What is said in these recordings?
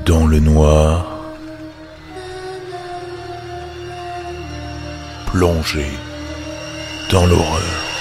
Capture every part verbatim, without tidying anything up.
Dans le noir, plongé dans l'horreur.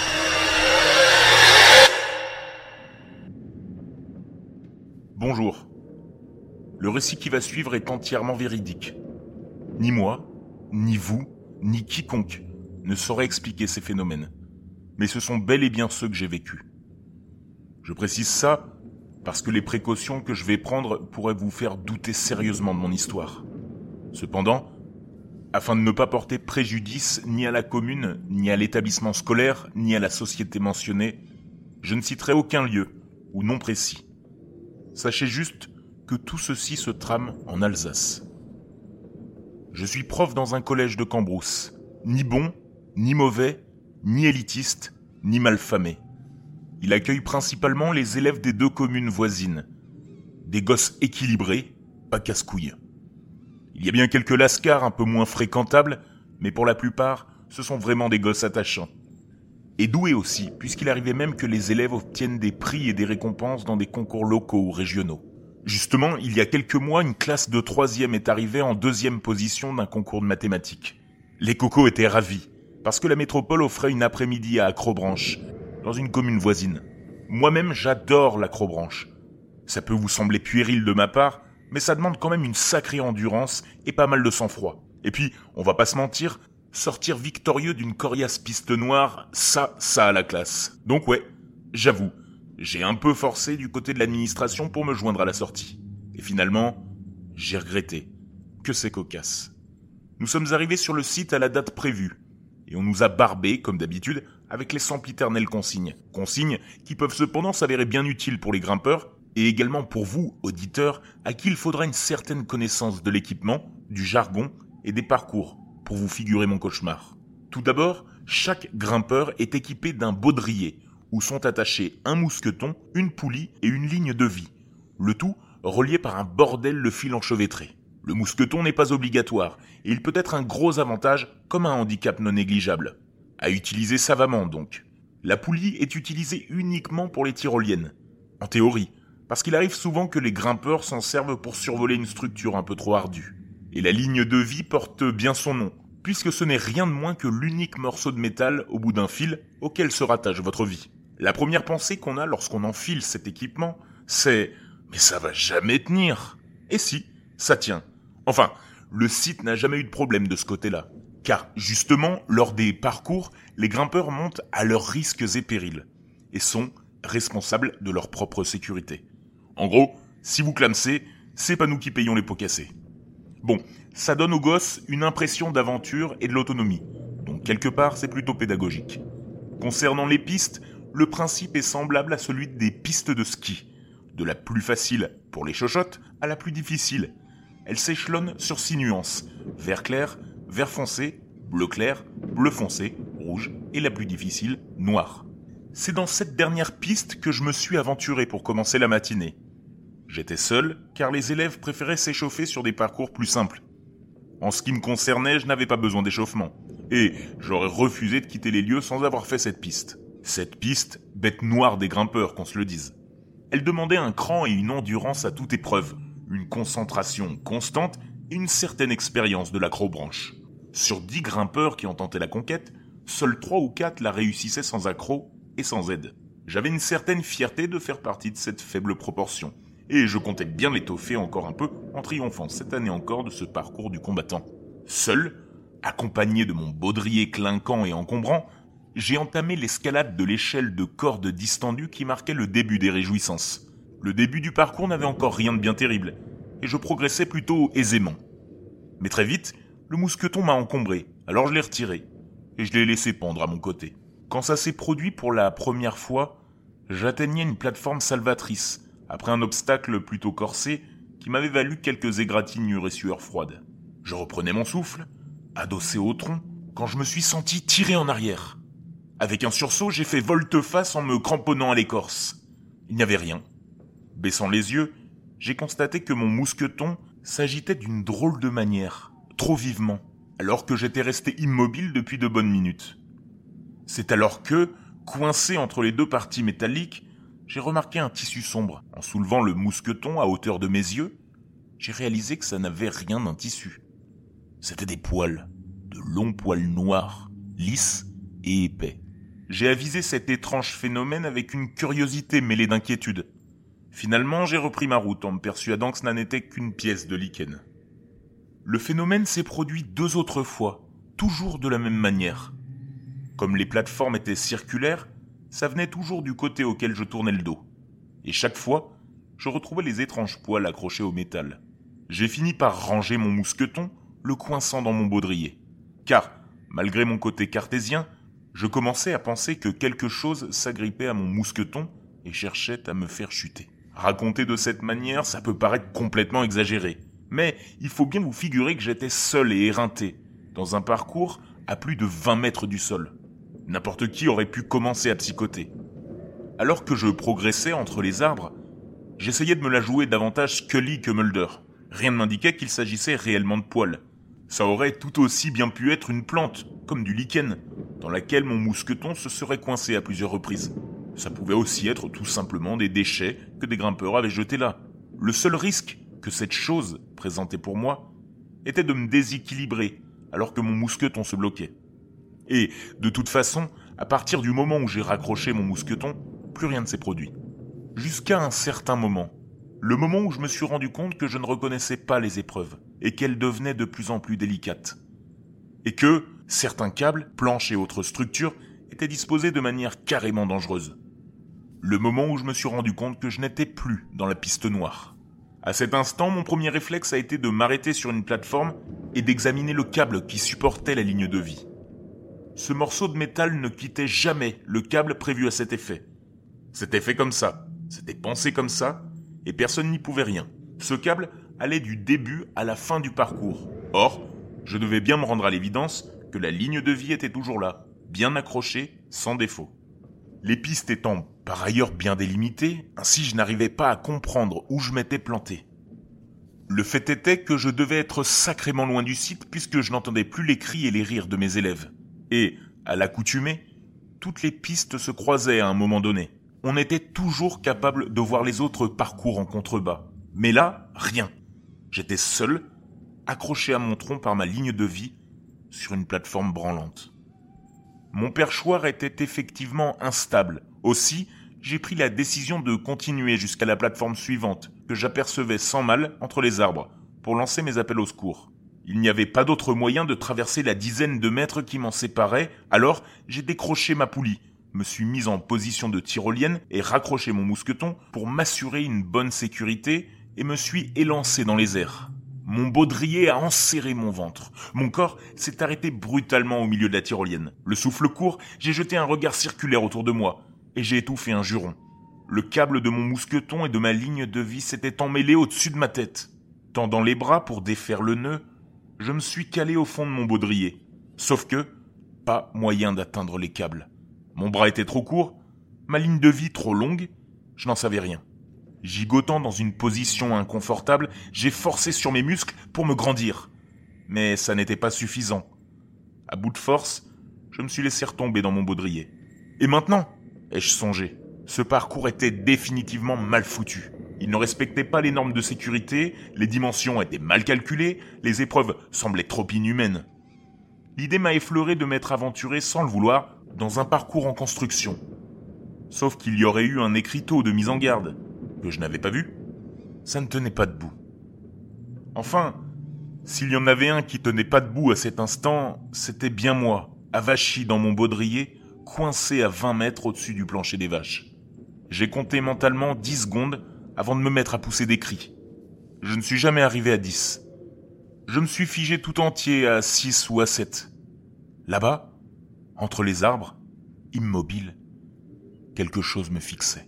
Bonjour. Le récit qui va suivre est entièrement véridique. Ni moi, ni vous, ni quiconque ne saurait expliquer ces phénomènes. Mais ce sont bel et bien ceux que j'ai vécus. Je précise ça parce que les précautions que je vais prendre pourraient vous faire douter sérieusement de mon histoire. Cependant, afin de ne pas porter préjudice ni à la commune, ni à l'établissement scolaire, ni à la société mentionnée, je ne citerai aucun lieu ou nom précis. Sachez juste que tout ceci se trame en Alsace. Je suis prof dans un collège de Cambrousse, ni bon, ni mauvais, ni élitiste, ni malfamé. Il accueille principalement les élèves des deux communes voisines. Des gosses équilibrés, pas casse-couilles. Il y a bien quelques lascars un peu moins fréquentables, mais pour la plupart, ce sont vraiment des gosses attachants. Et doués aussi, puisqu'il arrivait même que les élèves obtiennent des prix et des récompenses dans des concours locaux ou régionaux. Justement, il y a quelques mois, une classe de troisième est arrivée en deuxième position d'un concours de mathématiques. Les cocos étaient ravis, parce que la métropole offrait une après-midi à Acrobranche, dans une commune voisine. Moi-même, j'adore l'Acrobranche. Ça peut vous sembler puéril de ma part, mais ça demande quand même une sacrée endurance et pas mal de sang-froid. Et puis, on va pas se mentir, sortir victorieux d'une coriace piste noire, ça, ça a la classe. Donc ouais, j'avoue, j'ai un peu forcé du côté de l'administration pour me joindre à la sortie. Et finalement, j'ai regretté. Que c'est cocasse. Nous sommes arrivés sur le site à la date prévue. Et on nous a barbés, comme d'habitude, avec les sempiternelles consignes. Consignes qui peuvent cependant s'avérer bien utiles pour les grimpeurs, et également pour vous, auditeurs, à qui il faudra une certaine connaissance de l'équipement, du jargon et des parcours, pour vous figurer mon cauchemar. Tout d'abord, chaque grimpeur est équipé d'un baudrier, où sont attachés un mousqueton, une poulie et une ligne de vie. Le tout relié par un bordel de fil enchevêtré. Le mousqueton n'est pas obligatoire, et il peut être un gros avantage comme un handicap non négligeable. À utiliser savamment donc. La poulie est utilisée uniquement pour les tyroliennes. En théorie, parce qu'il arrive souvent que les grimpeurs s'en servent pour survoler une structure un peu trop ardue. Et la ligne de vie porte bien son nom, puisque ce n'est rien de moins que l'unique morceau de métal au bout d'un fil auquel se rattache votre vie. La première pensée qu'on a lorsqu'on enfile cet équipement, c'est « mais ça va jamais tenir !» Et si, ça tient. Enfin, le site n'a jamais eu de problème de ce côté-là. Car, justement, lors des parcours, les grimpeurs montent à leurs risques et périls, et sont responsables de leur propre sécurité. En gros, si vous clamsez, c'est pas nous qui payons les pots cassés. Bon, ça donne aux gosses une impression d'aventure et de l'autonomie, donc quelque part c'est plutôt pédagogique. Concernant les pistes, le principe est semblable à celui des pistes de ski, de la plus facile pour les chochottes à la plus difficile. Elle s'échelonne sur six nuances, vert clair, vert foncé, bleu clair, bleu foncé, rouge et la plus difficile, noir. C'est dans cette dernière piste que je me suis aventuré pour commencer la matinée. J'étais seul car les élèves préféraient s'échauffer sur des parcours plus simples. En ce qui me concernait, je n'avais pas besoin d'échauffement et j'aurais refusé de quitter les lieux sans avoir fait cette piste. Cette piste, bête noire des grimpeurs qu'on se le dise. Elle demandait un cran et une endurance à toute épreuve, une concentration constante et une certaine expérience de l'acrobranche. Sur dix grimpeurs qui ont tenté la conquête, seuls trois ou quatre la réussissaient sans accroc et sans aide. J'avais une certaine fierté de faire partie de cette faible proportion, et je comptais bien l'étoffer encore un peu en triomphant cette année encore de ce parcours du combattant. Seul, accompagné de mon baudrier clinquant et encombrant, j'ai entamé l'escalade de l'échelle de corde distendue qui marquait le début des réjouissances. Le début du parcours n'avait encore rien de bien terrible, et je progressais plutôt aisément. Mais très vite, le mousqueton m'a encombré, alors je l'ai retiré, et je l'ai laissé pendre à mon côté. Quand ça s'est produit pour la première fois, j'atteignais une plateforme salvatrice, après un obstacle plutôt corsé qui m'avait valu quelques égratignures et sueurs froides. Je reprenais mon souffle, adossé au tronc, quand je me suis senti tiré en arrière. Avec un sursaut, j'ai fait volte-face en me cramponnant à l'écorce. Il n'y avait rien. Baissant les yeux, j'ai constaté que mon mousqueton s'agitait d'une drôle de manière, trop vivement, alors que j'étais resté immobile depuis de bonnes minutes. C'est alors que, coincé entre les deux parties métalliques, j'ai remarqué un tissu sombre. En soulevant le mousqueton à hauteur de mes yeux, j'ai réalisé que ça n'avait rien d'un tissu. C'était des poils, de longs poils noirs, lisses et épais. J'ai avisé cet étrange phénomène avec une curiosité mêlée d'inquiétude. Finalement, j'ai repris ma route en me persuadant que ce n'était qu'une pièce de lichen. Le phénomène s'est produit deux autres fois, toujours de la même manière. Comme les plateformes étaient circulaires, ça venait toujours du côté auquel je tournais le dos. Et chaque fois, je retrouvais les étranges poils accrochés au métal. J'ai fini par ranger mon mousqueton, le coinçant dans mon baudrier. Car, malgré mon côté cartésien, je commençais à penser que quelque chose s'agrippait à mon mousqueton et cherchait à me faire chuter. Raconter de cette manière, ça peut paraître complètement exagéré. Mais il faut bien vous figurer que j'étais seul et éreinté, dans un parcours à plus de vingt mètres du sol. N'importe qui aurait pu commencer à psychoter. Alors que je progressais entre les arbres, j'essayais de me la jouer davantage Scully que Mulder. Rien ne m'indiquait qu'il s'agissait réellement de poils. Ça aurait tout aussi bien pu être une plante, comme du lichen, dans laquelle mon mousqueton se serait coincé à plusieurs reprises. Ça pouvait aussi être tout simplement des déchets que des grimpeurs avaient jetés là. Le seul risque que cette chose présentait pour moi était de me déséquilibrer alors que mon mousqueton se bloquait. Et, de toute façon, à partir du moment où j'ai raccroché mon mousqueton, plus rien ne s'est produit. Jusqu'à un certain moment. Le moment où je me suis rendu compte que je ne reconnaissais pas les épreuves et qu'elles devenaient de plus en plus délicates. Et que certains câbles, planches et autres structures étaient disposés de manière carrément dangereuse. Le moment où je me suis rendu compte que je n'étais plus dans la piste noire. À cet instant, mon premier réflexe a été de m'arrêter sur une plateforme et d'examiner le câble qui supportait la ligne de vie. Ce morceau de métal ne quittait jamais le câble prévu à cet effet. C'était fait comme ça, c'était pensé comme ça, et personne n'y pouvait rien. Ce câble allait du début à la fin du parcours. Or, je devais bien me rendre à l'évidence que la ligne de vie était toujours là, bien accrochée, sans défaut. Les pistes étant par ailleurs bien délimitées, ainsi je n'arrivais pas à comprendre où je m'étais planté. Le fait était que je devais être sacrément loin du site puisque je n'entendais plus les cris et les rires de mes élèves. Et, à l'accoutumée, toutes les pistes se croisaient à un moment donné. On était toujours capable de voir les autres parcours en contrebas. Mais là, rien. J'étais seul, accroché à mon tronc par ma ligne de vie, sur une plateforme branlante. Mon perchoir était effectivement instable. Aussi, j'ai pris la décision de continuer jusqu'à la plateforme suivante, que j'apercevais sans mal entre les arbres, pour lancer mes appels au secours. Il n'y avait pas d'autre moyen de traverser la dizaine de mètres qui m'en séparaient, alors j'ai décroché ma poulie, me suis mis en position de tyrolienne et raccroché mon mousqueton pour m'assurer une bonne sécurité et me suis élancé dans les airs. Mon baudrier a enserré mon ventre. Mon corps s'est arrêté brutalement au milieu de la tyrolienne. Le souffle court, j'ai jeté un regard circulaire autour de moi et j'ai étouffé un juron. Le câble de mon mousqueton et de ma ligne de vie s'était emmêlé au-dessus de ma tête. Tendant les bras pour défaire le nœud, je me suis calé au fond de mon baudrier. Sauf que, pas moyen d'atteindre les câbles. Mon bras était trop court, ma ligne de vie trop longue, je n'en savais rien. Gigotant dans une position inconfortable, j'ai forcé sur mes muscles pour me grandir. Mais ça n'était pas suffisant. À bout de force, je me suis laissé retomber dans mon baudrier. Et maintenant, ai-je songé, ce parcours était définitivement mal foutu. Il ne respectait pas les normes de sécurité, les dimensions étaient mal calculées, les épreuves semblaient trop inhumaines. L'idée m'a effleuré de m'être aventuré sans le vouloir dans un parcours en construction. Sauf qu'il y aurait eu un écriteau de mise en garde, que je n'avais pas vu. Ça ne tenait pas debout. Enfin, s'il y en avait un qui tenait pas debout à cet instant, c'était bien moi, avachi dans mon baudrier, coincé à vingt mètres au-dessus du plancher des vaches. J'ai compté mentalement dix secondes avant de me mettre à pousser des cris. Je ne suis jamais arrivé à dix. Je me suis figé tout entier à six ou à sept. Là-bas, entre les arbres, immobile, quelque chose me fixait.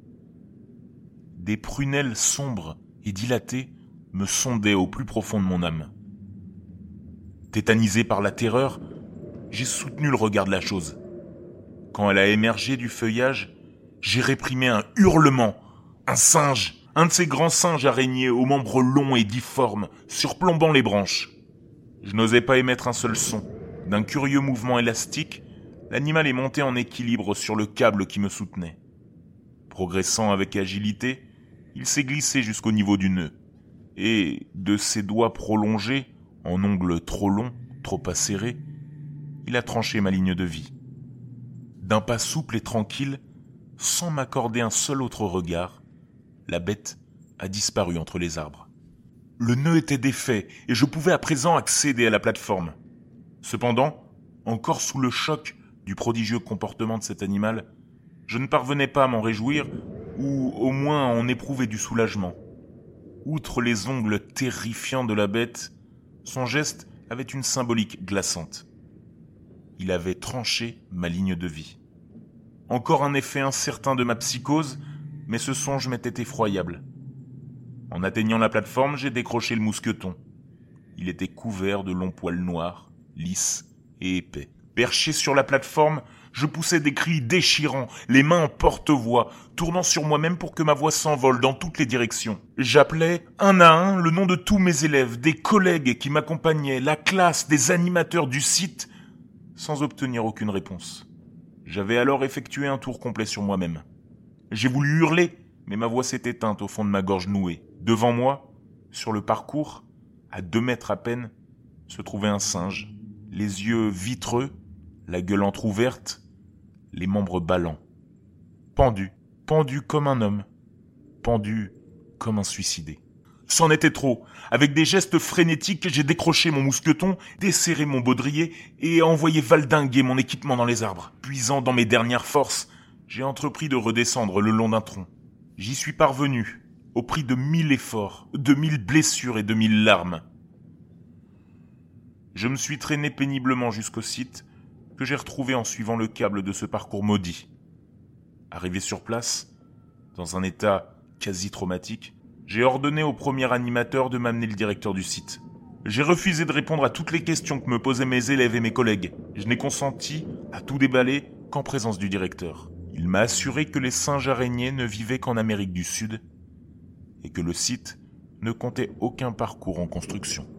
Des prunelles sombres et dilatées me sondaient au plus profond de mon âme. Tétanisé par la terreur, j'ai soutenu le regard de la chose. Quand elle a émergé du feuillage, j'ai réprimé un hurlement. Un singe, un de ces grands singes araignées aux membres longs et difformes, surplombant les branches. Je n'osais pas émettre un seul son. D'un curieux mouvement élastique, l'animal est monté en équilibre sur le câble qui me soutenait. Progressant avec agilité, il s'est glissé jusqu'au niveau du nœud. et, de ses doigts prolongés, en ongles trop longs, trop acérés, il a tranché ma ligne de vie. D'un pas souple et tranquille, sans m'accorder un seul autre regard, la bête a disparu entre les arbres. Le nœud était défait et je pouvais à présent accéder à la plateforme. Cependant, encore sous le choc du prodigieux comportement de cet animal, je ne parvenais pas à m'en réjouir ou au moins à en éprouver du soulagement. Outre les ongles terrifiants de la bête, son geste avait une symbolique glaçante. Il avait tranché ma ligne de vie. Encore un effet incertain de ma psychose, mais ce songe m'était effroyable. En atteignant la plateforme, j'ai décroché le mousqueton. Il était couvert de longs poils noirs, lisses et épais. Perché sur la plateforme, je poussais des cris déchirants, les mains en porte-voix, tournant sur moi-même pour que ma voix s'envole dans toutes les directions. J'appelais, un à un, le nom de tous mes élèves, des collègues qui m'accompagnaient, la classe, des animateurs du site, sans obtenir aucune réponse. J'avais alors effectué un tour complet sur moi-même. J'ai voulu hurler, mais ma voix s'est éteinte au fond de ma gorge nouée. Devant moi, sur le parcours, à deux mètres à peine, se trouvait un singe, les yeux vitreux, la gueule entr'ouverte, les membres ballants. Pendu, pendu comme un homme, pendu comme un suicidé. C'en était trop. Avec des gestes frénétiques, j'ai décroché mon mousqueton, desserré mon baudrier et envoyé valdinguer mon équipement dans les arbres. Puisant dans mes dernières forces, j'ai entrepris de redescendre le long d'un tronc. J'y suis parvenu, au prix de mille efforts, de mille blessures et de mille larmes. Je me suis traîné péniblement jusqu'au site, que j'ai retrouvé en suivant le câble de ce parcours maudit. Arrivé sur place, dans un état quasi traumatique, j'ai ordonné au premier animateur de m'amener le directeur du site. J'ai refusé de répondre à toutes les questions que me posaient mes élèves et mes collègues. Je n'ai consenti à tout déballer qu'en présence du directeur. Il m'a assuré que les singes araignées ne vivaient qu'en Amérique du Sud et que le site ne comptait aucun parcours en construction.